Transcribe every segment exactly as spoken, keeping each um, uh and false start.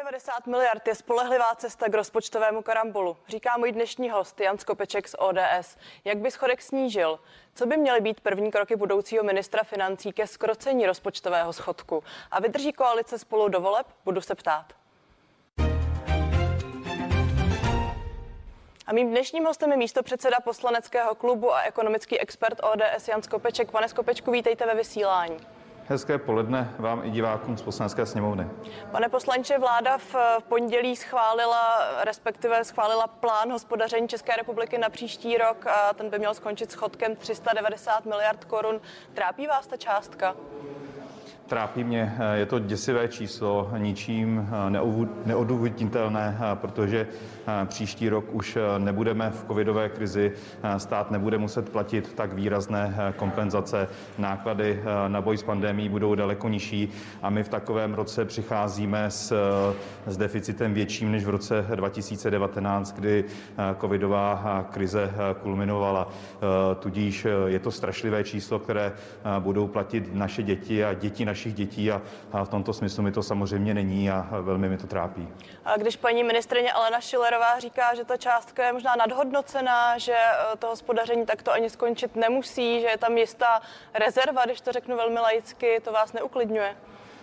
devadesát miliard je spolehlivá cesta k rozpočtovému karambolu, říká můj dnešní host Jan Skopeček z O D S. Jak by schodek snížil? Co by měly být první kroky budoucího ministra financí ke zkrocení rozpočtového schodku? A vydrží koalice Spolu do voleb? Budu se ptát. A mým dnešním hostem je místopředseda poslaneckého klubu a ekonomický expert O D S Jan Skopeček. Pane Skopečku, vítejte ve vysílání. Hezké poledne vám i divákům z Poslanecké sněmovny. Pane poslanče, vláda v pondělí schválila, respektive schválila plán hospodaření České republiky na příští rok a ten by měl skončit schodkem tři sta devadesát miliard korun. Trápí vás ta částka? Trápí mě, je to děsivé číslo, ničím neodůvodnitelné, protože příští rok už nebudeme v covidové krizi, stát nebude muset platit tak výrazné kompenzace, náklady na boj s pandemií budou daleko nižší a my v takovém roce přicházíme s, s deficitem větším než v roce dva tisíce devatenáct, kdy covidová krize kulminovala. Tudíž je to strašlivé číslo, které budou platit naše děti a děti našich dětí a, a v tomto smyslu mi to samozřejmě není a velmi mi to trápí. A když paní ministryně Alena Schillerová říká, že ta částka je možná nadhodnocená, že to hospodaření takto ani skončit nemusí, že je tam jistá rezerva, když to řeknu velmi laicky, to vás neuklidňuje?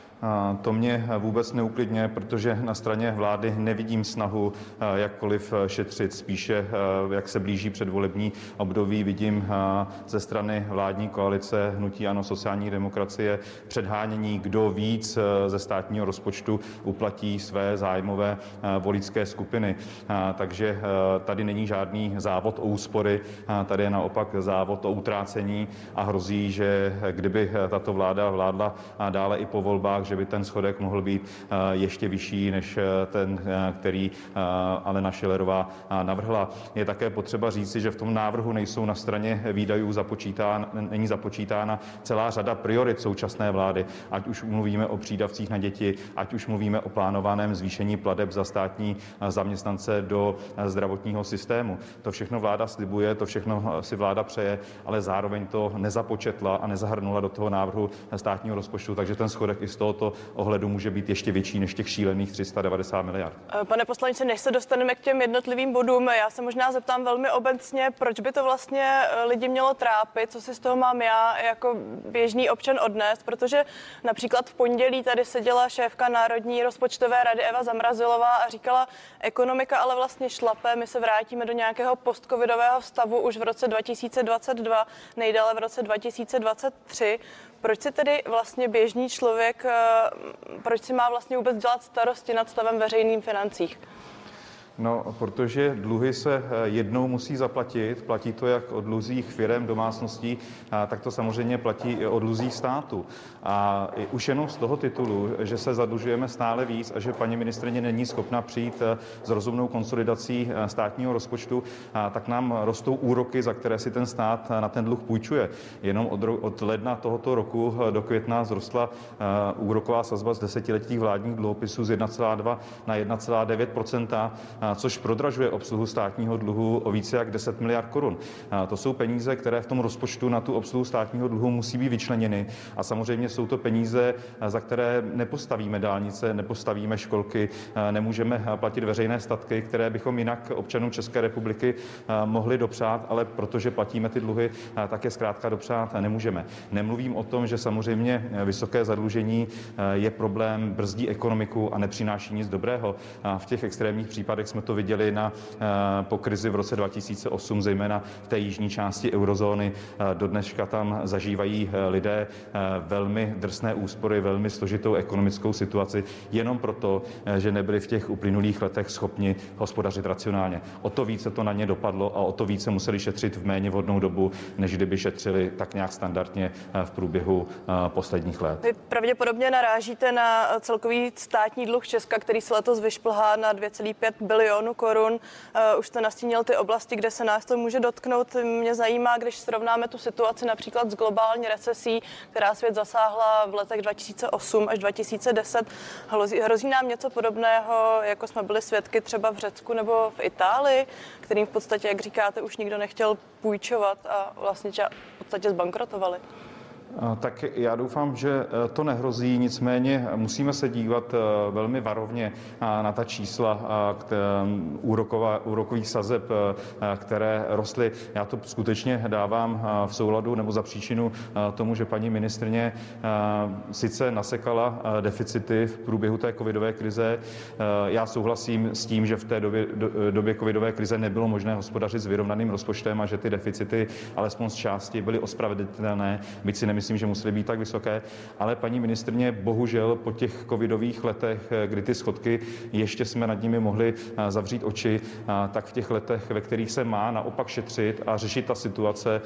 To mě vůbec neuklidňuje, protože na straně vlády nevidím snahu jakkoliv šetřit. Spíše, jak se blíží předvolební období, vidím ze strany vládní koalice Hnutí ANO, sociální demokracie předhánění, kdo víc ze státního rozpočtu uplatí své zájmové voličské skupiny. Takže tady není žádný závod o úspory, tady je naopak závod o utrácení a hrozí, že kdyby tato vláda vládla dále i po volbách, že by ten schodek mohl být ještě vyšší než ten, který Alena Schillerová navrhla. Je také potřeba říci, že v tom návrhu nejsou na straně výdajů započítána, není započítána celá řada priorit současné vlády, ať už mluvíme o přídavcích na děti, ať už mluvíme o plánovaném zvýšení plateb za státní zaměstnance do zdravotního systému. To všechno vláda slibuje, to všechno si vláda přeje, ale zároveň to nezapočetla a nezahrnula do toho návrhu státního rozpočtu, takže ten schodek i z tohoto ohledu může být ještě větší než těch šílených tři sta devadesát miliard. Pane poslanče, než se dostaneme k těm jednotlivým bodům, já se možná zeptám velmi obecně, proč by to vlastně lidi mělo trápit, co si z toho mám já jako běžný občan odnést, protože například v pondělí tady seděla šéfka Národní rozpočtové rady Eva Zamrazilová a říkala, ekonomika ale vlastně šlape, my se vrátíme do nějakého postcovidového stavu už v roce dva tisíce dvacet dva, nejdále v roce dva tisíce dvacet tři. Proč si tedy vlastně běžný člověk, proč si má vlastně vůbec dělat starosti nad stavem veřejných financích? No, protože dluhy se jednou musí zaplatit, platí to jak o dluzích firem, domácností, tak to samozřejmě platí i o dluzích státu. A už jenom z toho titulu, že se zadlužujeme stále víc a že paní ministryně není schopna přijít s rozumnou konsolidací státního rozpočtu, tak nám rostou úroky, za které si ten stát na ten dluh půjčuje. Jenom od, od ledna tohoto roku do května zrostla úroková sazba z desetiletých vládních dluhopisů z jedna celá dva na jedna celá devět procenta, což prodražuje obsluhu státního dluhu o více jak deset miliard korun. To jsou peníze, které v tom rozpočtu na tu obsluhu státního dluhu musí být vyčleněny. A samozřejmě jsou to peníze, za které nepostavíme dálnice, nepostavíme školky, nemůžeme platit veřejné statky, které bychom jinak občanům České republiky mohli dopřát, ale protože platíme ty dluhy, tak je zkrátka dopřát nemůžeme. Nemluvím o tom, že samozřejmě vysoké zadlužení je problém, brzdí ekonomiku a nepřináší nic dobrého. V těch extrémních případech jsme to viděli na, po krizi v roce dva tisíce osm, zejména v té jižní části eurozóny. Do dneška tam zažívají lidé velmi drsné úspory, velmi složitou ekonomickou situaci, jenom proto, že nebyli v těch uplynulých letech schopni hospodařit racionálně. O to více to na ně dopadlo a o to více museli šetřit v méně vhodnou dobu, než kdyby šetřili tak nějak standardně v průběhu posledních let. Vy pravděpodobně narážíte na celkový státní dluh Česka, který se letos vyšplhá na dvě celá pět bilionu korun. Uh, už jste nastínil ty oblasti, kde se nás to může dotknout. Mě zajímá, když srovnáme tu situaci například s globální recesí, která svět zasáhla v letech dva tisíce osm až dva tisíce deset. Hrozí, hrozí nám něco podobného, jako jsme byli svědky třeba v Řecku nebo v Itálii, kterým v podstatě, jak říkáte, už nikdo nechtěl půjčovat a vlastně v podstatě zbankrotovali? Tak já doufám, že to nehrozí, nicméně musíme se dívat velmi varovně na ta čísla úroková, úrokových sazeb, které rostly. Já to skutečně dávám v souladu nebo za příčinu tomu, že paní ministryně sice nasekala deficity v průběhu té covidové krize. Já souhlasím s tím, že v té době, době covidové krize nebylo možné hospodařit s vyrovnaným rozpočtem a že ty deficity alespoň z části byly ospravedlnitelné, byť si nemyslím, že musely být tak vysoké, ale paní ministryně bohužel po těch covidových letech, kdy ty schodky ještě jsme nad nimi mohli zavřít oči, tak v těch letech, ve kterých se má naopak šetřit a řešit ta situace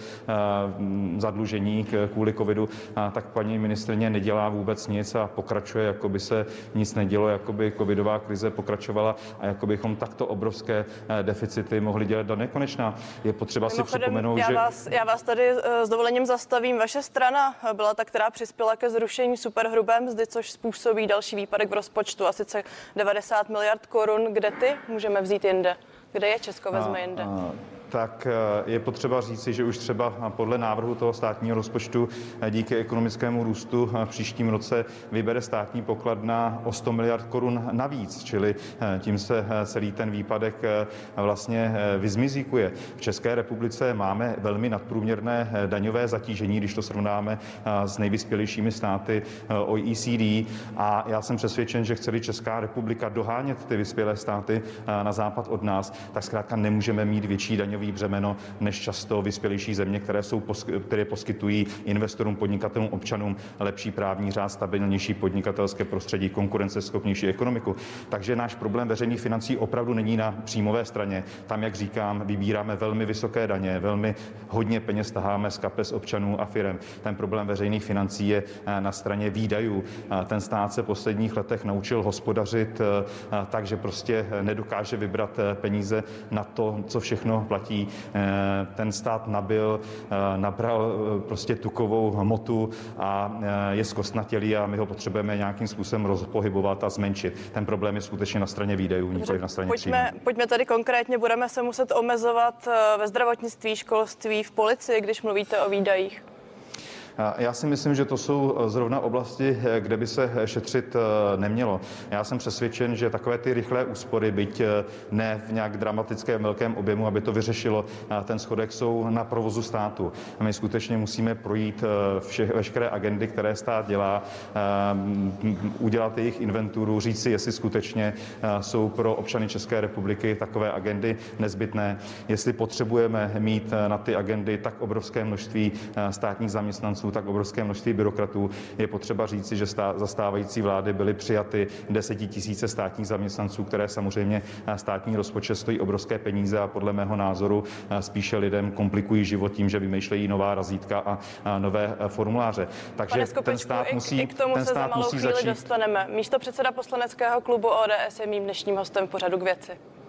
zadlužení kvůli covidu, tak paní ministryně nedělá vůbec nic a pokračuje, jako by se nic nedělo, jako by covidová krize pokračovala a jako bychom takto obrovské deficity mohli dělat do nekonečna. Je potřeba si připomenout, já že... Vás, já vás tady s dovolením zastavím. Vaše strana byla ta, která přispěla ke zrušení superhrubé mzdy, což způsobí další výpadek v rozpočtu, a sice devadesát miliard korun. Kde ty můžeme vzít jinde? Kde je Česko vezme jinde? A, a... tak je potřeba říci, že už třeba podle návrhu toho státního rozpočtu díky ekonomickému růstu v příštím roce vybere státní pokladna o sto miliard korun navíc, čili tím se celý ten výpadek vlastně vyzmizíkuje. V České republice máme velmi nadprůměrné daňové zatížení, když to srovnáme s nejvyspělejšími státy O E C D, a já jsem přesvědčen, že chce-li Česká republika dohánět ty vyspělé státy na západ od nás, tak zkrátka nemůžeme mít větší daňový břemeno než často vyspělejší země, které, jsou, které poskytují investorům, podnikatelům, občanům lepší právní řád, stabilnější podnikatelské prostředí, konkurenceschopnější ekonomiku. Takže náš problém veřejných financí opravdu není na příjmové straně. Tam, jak říkám, vybíráme velmi vysoké daně, velmi hodně peněz taháme z kapes občanů a firem. Ten problém veřejných financí je na straně výdajů. Ten stát se v posledních letech naučil hospodařit tak, že prostě nedokáže vybrat peníze na to, co všechno platí. Ten stát nabil, nabral prostě tukovou hmotu a je zkostnatělý a my ho potřebujeme nějakým způsobem rozpohybovat a zmenšit. Ten problém je skutečně na straně výdajů, nikoliv na straně příjmů. Pojďme, pojďme tady konkrétně, budeme se muset omezovat ve zdravotnictví, školství, v policii, když mluvíte o výdajích. Já si myslím, že to jsou zrovna oblasti, kde by se šetřit nemělo. Já jsem přesvědčen, že takové ty rychlé úspory, byť ne v nějak dramatickém velkém objemu, aby to vyřešilo ten schodek, jsou na provozu státu. A my skutečně musíme projít vše, veškeré agendy, které stát dělá, udělat jejich inventuru, říct si, jestli skutečně jsou pro občany České republiky takové agendy nezbytné, jestli potřebujeme mít na ty agendy tak obrovské množství státních zaměstnanců, tak obrovské množství byrokratů. Je potřeba říci, že zastávající vlády byly přijaty desetitisíce státních zaměstnanců, které samozřejmě státní rozpočet stojí obrovské peníze a podle mého názoru spíše lidem komplikují život tím, že vymýšlejí nová razítka a nové formuláře. Takže ten stát musí, i k tomu ten se stát za malou musí chvíli začít. dostaneme. Místo předseda poslaneckého klubu O D S je mým dnešním hostem v pořadu K věci.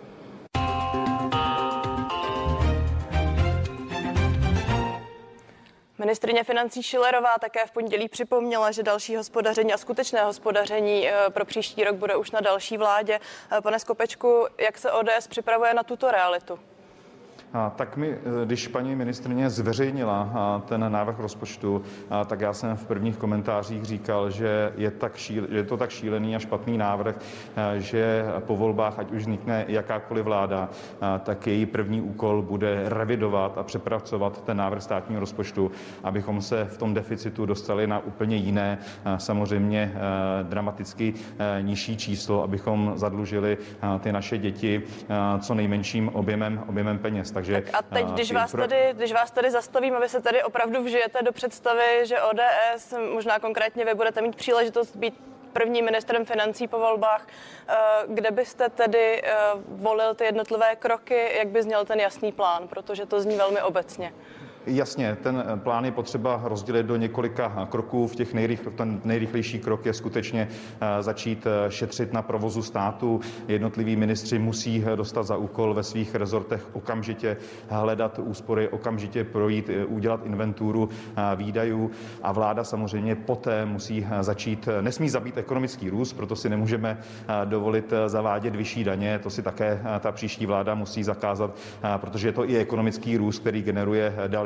Ministryně financí Schillerová také v pondělí připomněla, že další hospodaření a skutečné hospodaření pro příští rok bude už na další vládě. Pane Skopečku, jak se O D S připravuje na tuto realitu? A tak mi, když paní ministryně zveřejnila ten návrh rozpočtu, tak já jsem v prvních komentářích říkal, že je, tak šíl, že je to tak šílený a špatný návrh, že po volbách, ať už vznikne jakákoliv vláda, tak její první úkol bude revidovat a přepracovat ten návrh státního rozpočtu, abychom se v tom deficitu dostali na úplně jiné, samozřejmě dramaticky nižší číslo, abychom zadlužili ty naše děti co nejmenším objemem, objemem peněz. Takže, tak a teď, když vás, tady, když vás tady zastavím, a vy se tady opravdu vžijete do představy, že O D S, možná konkrétně vy budete mít příležitost být prvním ministrem financí po volbách, kde byste tedy volil ty jednotlivé kroky, jak by zněl ten jasný plán, protože to zní velmi obecně. Jasně, ten plán je potřeba rozdělit do několika kroků. V těch nejrychl, ten nejrychlejší krok je skutečně začít šetřit na provozu státu. Jednotliví ministři musí dostat za úkol ve svých rezortech okamžitě hledat úspory, okamžitě projít, udělat inventuru výdajů a vláda samozřejmě poté musí začít, nesmí zabít ekonomický růst, proto si nemůžeme dovolit zavádět vyšší daně, to si také ta příští vláda musí zakázat, protože je to i ekonomický růst, který generuje další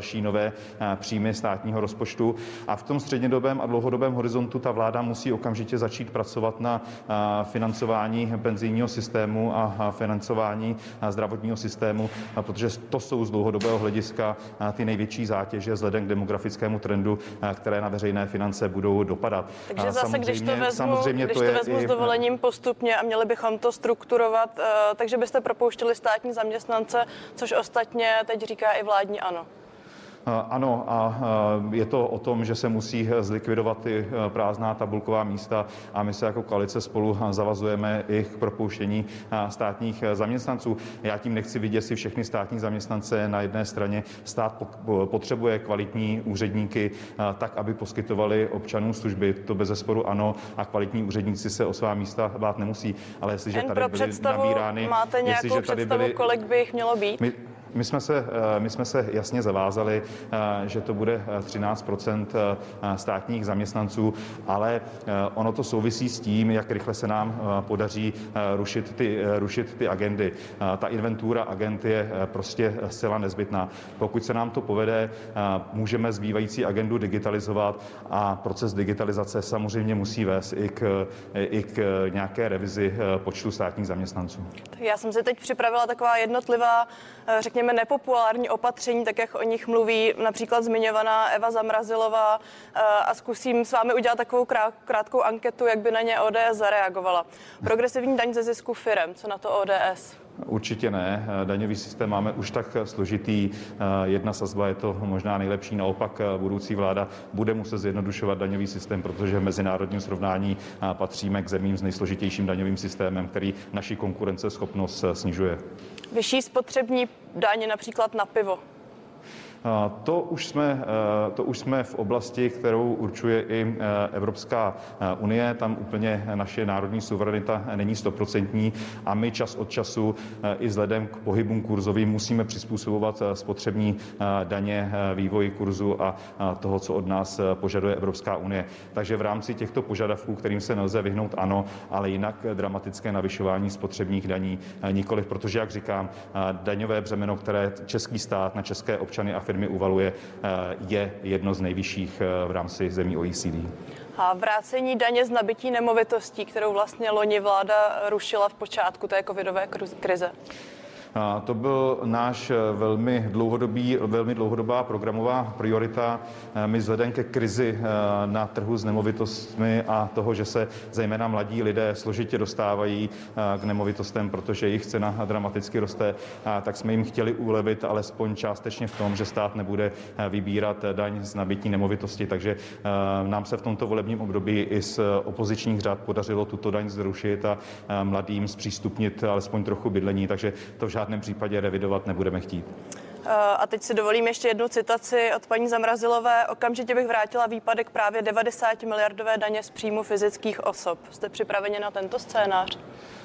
další nové příjmy státního rozpočtu. A v tom střednědobém a dlouhodobém horizontu ta vláda musí okamžitě začít pracovat na financování penzijního systému a financování zdravotního systému, protože to jsou z dlouhodobého hlediska ty největší zátěže vzhledem k demografickému trendu, které na veřejné finance budou dopadat. Takže zase, samozřejmě, když to vezmu, samozřejmě když to, to vezmu i... s dovolením postupně a měli bychom to strukturovat, takže byste propouštěli státní zaměstnance, což ostatně teď říká i vládní ANO. Ano, a je to o tom, že se musí zlikvidovat ty prázdná tabulková místa a my se jako koalice Spolu zavazujeme i k propouštění státních zaměstnanců. Já tím nechci vidět si všechny státní zaměstnance. Na jedné straně stát potřebuje kvalitní úředníky tak, aby poskytovali občanům služby. To bezesporu ano, a kvalitní úředníci se o svá místa bát nemusí. Ale jestliže tady byly nabírány... Máte nějakou představu, byly, kolik by jich mělo být? My, My jsme, se, my jsme se jasně zavázali, že to bude třináct procent státních zaměstnanců, ale ono to souvisí s tím, jak rychle se nám podaří rušit ty, rušit ty agendy. Ta inventura agend je prostě zcela nezbytná. Pokud se nám to povede, můžeme zbývající agendu digitalizovat a proces digitalizace samozřejmě musí vést i k, i k nějaké revizi počtu státních zaměstnanců. Já jsem si teď připravila taková jednotlivá, řekněme, nepopulární opatření, tak jak o nich mluví například zmiňovaná Eva Zamrazilová, a zkusím s vámi udělat takovou krátkou anketu, jak by na ně O D S zareagovala. Progresivní daň ze zisku firem, co na to O D S? Určitě ne. Daňový systém máme už tak složitý. Jedna sazba je to možná nejlepší. Naopak budoucí vláda bude muset zjednodušovat daňový systém, protože v mezinárodním srovnání patříme k zemím s nejsložitějším daňovým systémem, který naši konkurenceschopnost snižuje. Vyšší spotřební daň například na pivo. To už, jsme, to už jsme v oblasti, kterou určuje i Evropská unie. Tam úplně naše národní suverenita není stoprocentní a my čas od času i vzhledem k pohybům kurzovým musíme přizpůsobovat spotřební daně vývoji kurzu a toho, co od nás požaduje Evropská unie. Takže v rámci těchto požadavků, kterým se nelze vyhnout, ano, ale jinak dramatické navyšování spotřebních daní nikoliv, protože, jak říkám, daňové břemeno, které český stát na české občany a firmy uvaluje, je jedno z nejvyšších v rámci zemí O E C D. A vrácení daně z nabytí nemovitostí, kterou vlastně loni vláda rušila v počátku té covidové krize. To byl náš velmi dlouhodobý, velmi dlouhodobá programová priorita. My vzhledem ke krizi na trhu s nemovitostmi a toho, že se zejména mladí lidé složitě dostávají k nemovitostem, protože jejich cena dramaticky roste, tak jsme jim chtěli ulevit alespoň částečně v tom, že stát nebude vybírat daň z nabytí nemovitosti. Takže nám se v tomto volebním období i z opozičních řad podařilo tuto daň zrušit a mladým zpřístupnit alespoň trochu bydlení. Takže to v žádném případě revidovat nebudeme chtít. A teď si dovolím ještě jednu citaci od paní Zamrazilové. Okamžitě bych vrátila výpadek právě devadesát miliardové daně z příjmu fyzických osob. Jste připraveni na tento scénář?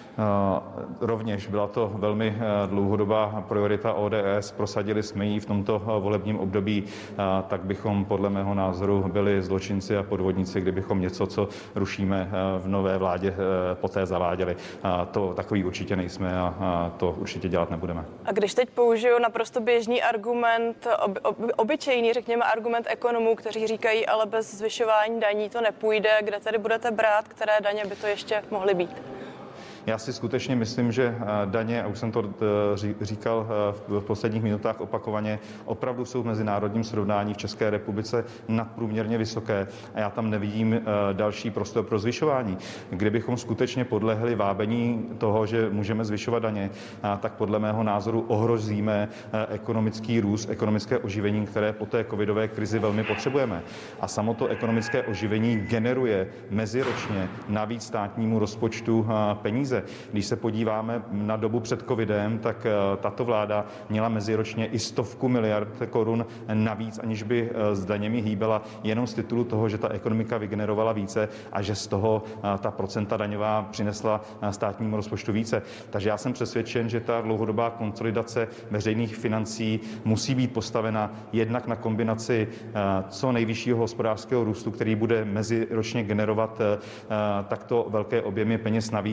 Rovněž byla to velmi dlouhodobá priorita O D S. Prosadili jsme ji v tomto volebním období, tak bychom podle mého názoru byli zločinci a podvodníci, kdybychom něco, co rušíme v nové vládě, poté zaváděli. To takový určitě nejsme a to určitě dělat nebudeme. A když teď použiju naprosto běžný argument, ob, ob, obyčejný, řekněme argument ekonomů, kteří říkají, ale bez zvyšování daní to nepůjde, kde tedy budete brát, které daně by to ještě mohly být? Já si skutečně myslím, že daně, a už jsem to říkal v posledních minutách opakovaně, opravdu jsou v mezinárodním srovnání v České republice nadprůměrně vysoké a já tam nevidím další prostor pro zvyšování. Kdybychom skutečně podlehli vábení toho, že můžeme zvyšovat daně, tak podle mého názoru ohrozíme ekonomický růst, ekonomické oživení, které po té covidové krizi velmi potřebujeme. A samo to ekonomické oživení generuje meziročně navíc státnímu rozpočtu peníze. Když se podíváme na dobu před covidem, tak tato vláda měla meziročně i stovku miliard korun navíc, aniž by s daněmi hýbala, jenom z titulu toho, že ta ekonomika vygenerovala více a že z toho ta procenta daňová přinesla státnímu rozpočtu více. Takže já jsem přesvědčen, že ta dlouhodobá konsolidace veřejných financí musí být postavena jednak na kombinaci co nejvyššího hospodářského růstu, který bude meziročně generovat takto velké objemy peněz navíc, jako to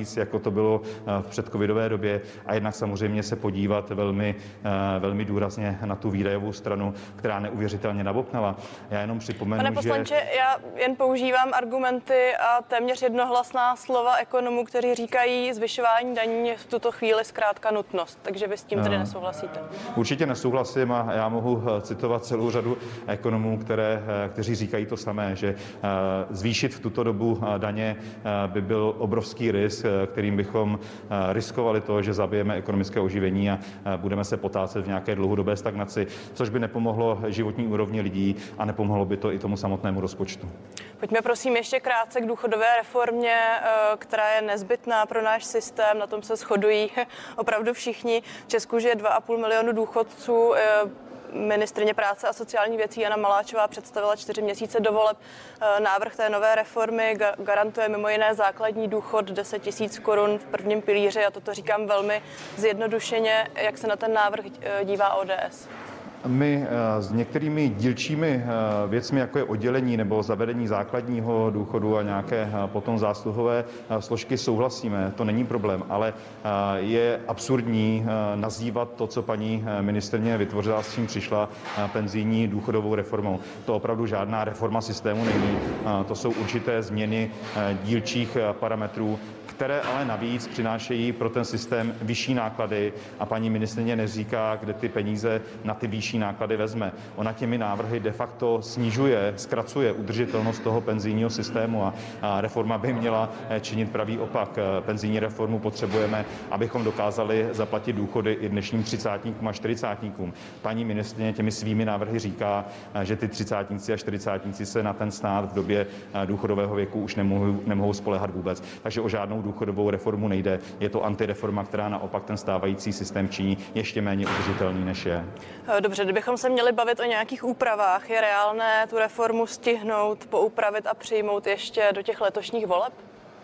to bylo v předcovidové době, a jednak samozřejmě se podívat velmi, velmi důrazně na tu výdajovou stranu, která neuvěřitelně nabopnala. Já jenom připomenu, Pane poslanče, že... já jen používám argumenty a téměř jednohlasná slova ekonomů, kteří říkají, zvyšování daní je v tuto chvíli zkrátka nutnost. Takže vy s tím tedy nesouhlasíte? Určitě nesouhlasím a já mohu citovat celou řadu ekonomů, které, kteří říkají to samé, že zvýšit v tuto dobu daně by byl obrovský risk, kterým bychom riskovali to, že zabijeme ekonomické oživení a budeme se potácet v nějaké dlouhodobé stagnaci, což by nepomohlo životní úrovni lidí a nepomohlo by to i tomu samotnému rozpočtu. Pojďme prosím ještě krátce k důchodové reformě, která je nezbytná pro náš systém. Na tom se shodují opravdu všichni. V Česku žije dva a půl milionu důchodců. Ministryně práce a sociálních věcí Jana Maláčová představila čtyři měsíce do voleb návrh té nové reformy. Garantuje mimo jiné základní důchod deset tisíc korun v prvním pilíři a toto říkám velmi zjednodušeně. Jak se na ten návrh dívá O D S? My s některými dílčími věcmi, jako je oddělení nebo zavedení základního důchodu a nějaké potom zásluhové složky souhlasíme, to není problém, ale je absurdní nazývat to, co paní ministryně vytvořila, s čím přišla, penzijní důchodovou reformou. To opravdu žádná reforma systému není, to jsou určité změny dílčích parametrů, které ale navíc přinášejí pro ten systém vyšší náklady a paní ministryně neříká, kde ty peníze na ty vyšší náklady vezme. Ona těmi návrhy de facto snižuje, zkracuje udržitelnost toho penzijního systému a, a reforma by měla činit pravý opak. Penzijní reformu potřebujeme, abychom dokázali zaplatit důchody i dnešním třicátníkům a čtyřicátníkům. Paní ministryně těmi svými návrhy říká, že ty třicátníci a čtyřicátníci se na ten stát v době důchodového věku už nemohou, nemohou spoléhat vůbec. Takže o žádnou důchodovou reformu nejde. Je to antireforma, která naopak ten stávající systém činí ještě méně udržitelný, než je. Dobře, kdybychom se měli bavit o nějakých úpravách, je reálné tu reformu stihnout, poupravit a přijmout ještě do těch letošních voleb?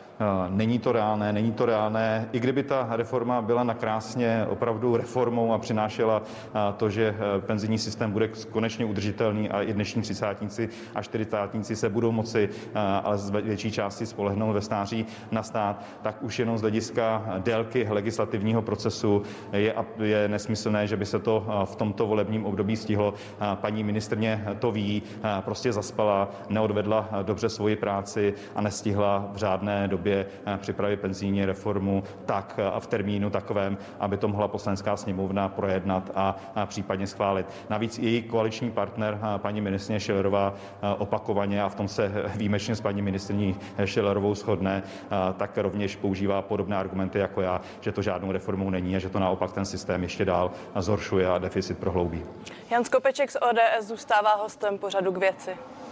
Není to reálné, není to reálné. I kdyby ta reforma byla nakrásně opravdu reformou a přinášela to, že penzijní systém bude konečně udržitelný a i dnešní třicátníci a čtyřicátníci se budou moci, ale z větší části spolehnout ve stáří na stát, tak už jenom z hlediska délky legislativního procesu je, je nesmyslné, že by se to v tomto volebním období stihlo. Paní ministryně to ví, prostě zaspala, neodvedla dobře svoji práci a nestihla v řádné době připravit penzijní reformu tak a v termínu takovém, aby to mohla Poslanecká sněmovna projednat a, a případně schválit. Navíc její koaliční partner, paní ministryně Schillerová, opakovaně, a v tom se výjimečně s paní ministryní Schillerovou shodne, tak rovněž používá podobné argumenty jako já, že to žádnou reformou není a že to naopak ten systém ještě dál zhoršuje a deficit prohloubí. Jan Skopeček z O D S zůstává hostem pořadu K věci.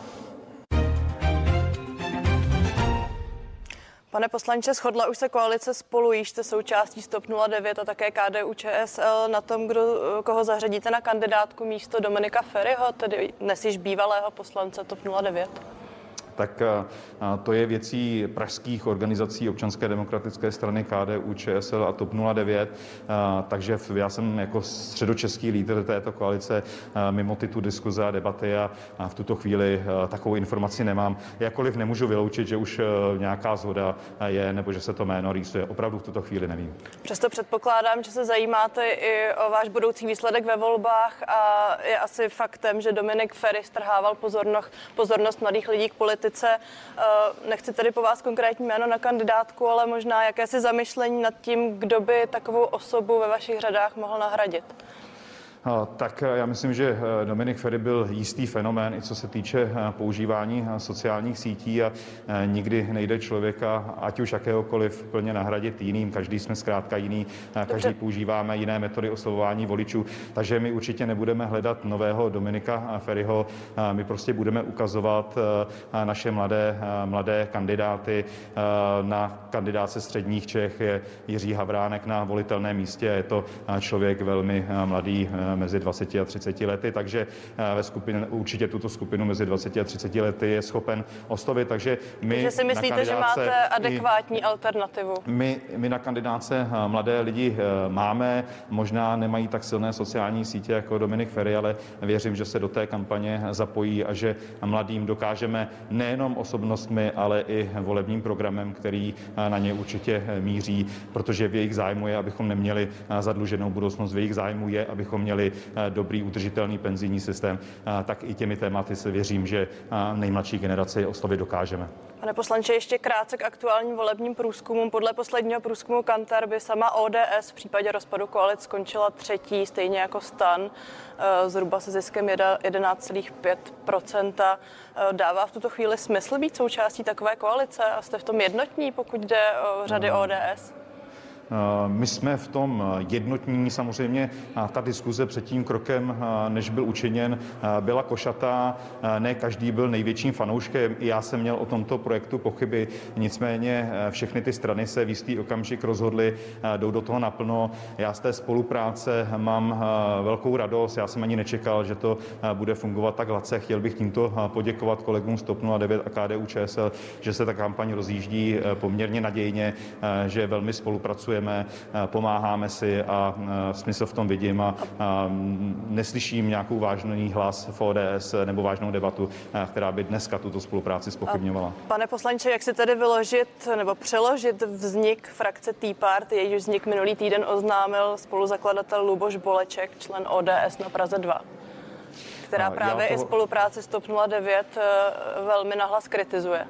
Pane poslanče, shodla už se koalice Spolu, již jste součástí Stop nula devět a také K D U Č S L na tom, kdo, koho zařadíte na kandidátku místo Dominika Feriho, tedy dnes již bývalého poslance T O P nula devět? Tak to je věcí pražských organizací Občanské demokratické strany, K D U Č S L a T O P nula devět, takže já jsem jako středočeský lídr této koalice mimo ty tu diskuze a debaty a v tuto chvíli takovou informaci nemám. Jakkoliv nemůžu vyloučit, že už nějaká shoda je nebo že se to jméno rýsuje. Opravdu v tuto chvíli nevím. Přesto předpokládám, že se zajímáte i o váš budoucí výsledek ve volbách a je asi faktem, že Dominik Feri strhával pozornost, pozornost mladých lidí k politice. Nechci tedy po vás konkrétní jméno na kandidátku, ale možná jakési zamyšlení nad tím, kdo by takovou osobu ve vašich řadách mohl nahradit. Tak já myslím, že Dominik Feri byl jistý fenomén, i co se týče používání sociálních sítí a nikdy nejde člověka, ať už jakéhokoliv, plně nahradit jiným. Každý jsme zkrátka jiný, každý Dobře. používáme jiné metody oslovování voličů, takže my určitě nebudeme hledat nového Dominika Feriho, my prostě budeme ukazovat naše mladé, mladé kandidáty. Na kandidáce středních Čech je Jiří Havránek na volitelném místě, je to člověk velmi mladý, mezi dvaceti a třiceti lety, takže ve skupině, určitě tuto skupinu mezi dvaceti a třiceti lety je schopen oslovit, takže my Takže si myslíte, že máte adekvátní alternativu? My, my na kandidáce mladé lidi máme, možná nemají tak silné sociální sítě jako Dominik Feri, ale věřím, že se do té kampaně zapojí a že mladým dokážeme nejenom osobnostmi, ale i volebním programem, který na ně určitě míří, protože v jejich zájmu je, abychom neměli zadluženou budoucnost, v jejich zájmu je, abychom měli dobrý, udržitelný penzijní systém, tak i těmi tématy se věřím, že nejmladší generaci oslovit dokážeme. Pane poslanče, ještě krátce k aktuálním volebním průzkumům. Podle posledního průzkumu Kantar by sama O D S v případě rozpadu koalic skončila třetí, stejně jako STAN, zhruba se ziskem jedenáct celá pět procenta. Dává v tuto chvíli smysl být součástí takové koalice a jste v tom jednotní, pokud jde o řady O D S? My jsme v tom jednotní, samozřejmě ta diskuze před tím krokem, než byl učiněn, byla košatá. Ne každý byl největším fanouškem. I já jsem měl o tomto projektu pochyby. Nicméně všechny ty strany se v jistý okamžik rozhodly, jdou do toho naplno. Já z té spolupráce mám velkou radost. Já jsem ani nečekal, že to bude fungovat tak hladce. Chtěl bych tímto poděkovat kolegům z TOP nula devět a K D U Č S L, že se ta kampaň rozjíždí poměrně nadějně, že velmi spolupracuje. Pomáháme si a smysl v tom vidím a, a neslyším nějakou vážný hlas v O D S nebo vážnou debatu, která by dneska tuto spolupráci zpochybňovala. Pane poslanče, jak si tedy vyložit nebo přeložit vznik frakce Tea Party, jejíž vznik minulý týden oznámil spoluzakladatel Luboš Boleček, člen O D S na Praze dva, která právě to... i spolupráci s TOP nula devět velmi nahlas kritizuje?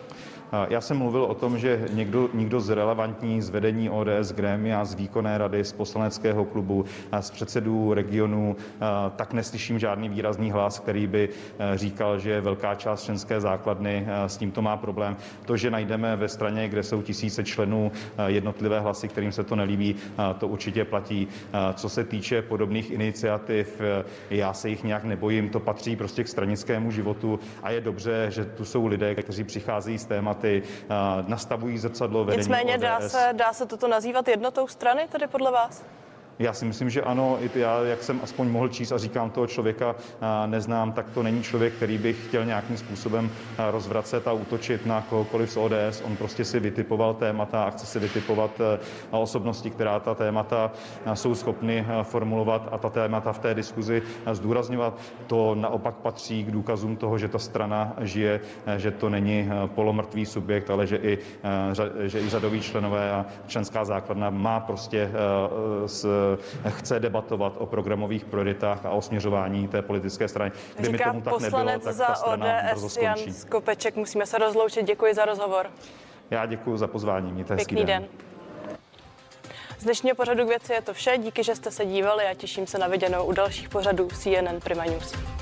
Já jsem mluvil o tom, že někdo, někdo z relevantní z vedení O D S grémia, z výkonné rady, z poslaneckého klubu, z předsedů regionů, tak neslyším žádný výrazný hlas, který by říkal, že velká část členské základny s tímto má problém. To, že najdeme ve straně, kde jsou tisíce členů, jednotlivé hlasy, kterým se to nelíbí, to určitě platí. Co se týče podobných iniciativ, já se jich nějak nebojím, to patří prostě k stranickému životu a je dobře, že tu jsou lidé, kteří přicházejí z témat, nastavují zrcadlo vedení. Nicméně O D S. dá se, dá se toto nazývat jednotou strany, tedy podle vás? Já si myslím, že ano. I já, jak jsem aspoň mohl číst a říkám, toho člověka neznám, tak to není člověk, který by chtěl nějakým způsobem rozvracet a útočit na kohokoliv z O D S. On prostě si vytipoval témata a chce si vytipovat osobnosti, která ta témata jsou schopny formulovat a ta témata v té diskuzi zdůrazňovat. To naopak patří k důkazům toho, že ta strana žije, že to není polomrtvý subjekt, ale že i, že i řadoví členové a členská základna má prostě s chce debatovat o programových prioritách a o směřování té politické strany. Kdyby Říká tomu tak nebylo, tak ta strana brzo skončí. Jan Skopeček, musíme se rozloučit. Děkuji za rozhovor. Já děkuji za pozvání. Mějte hezký Pěkný den. den. Z dnešního pořadu k věci je to vše. Díky, že jste se dívali a těším se na viděnou u dalších pořadů C N N Prima News.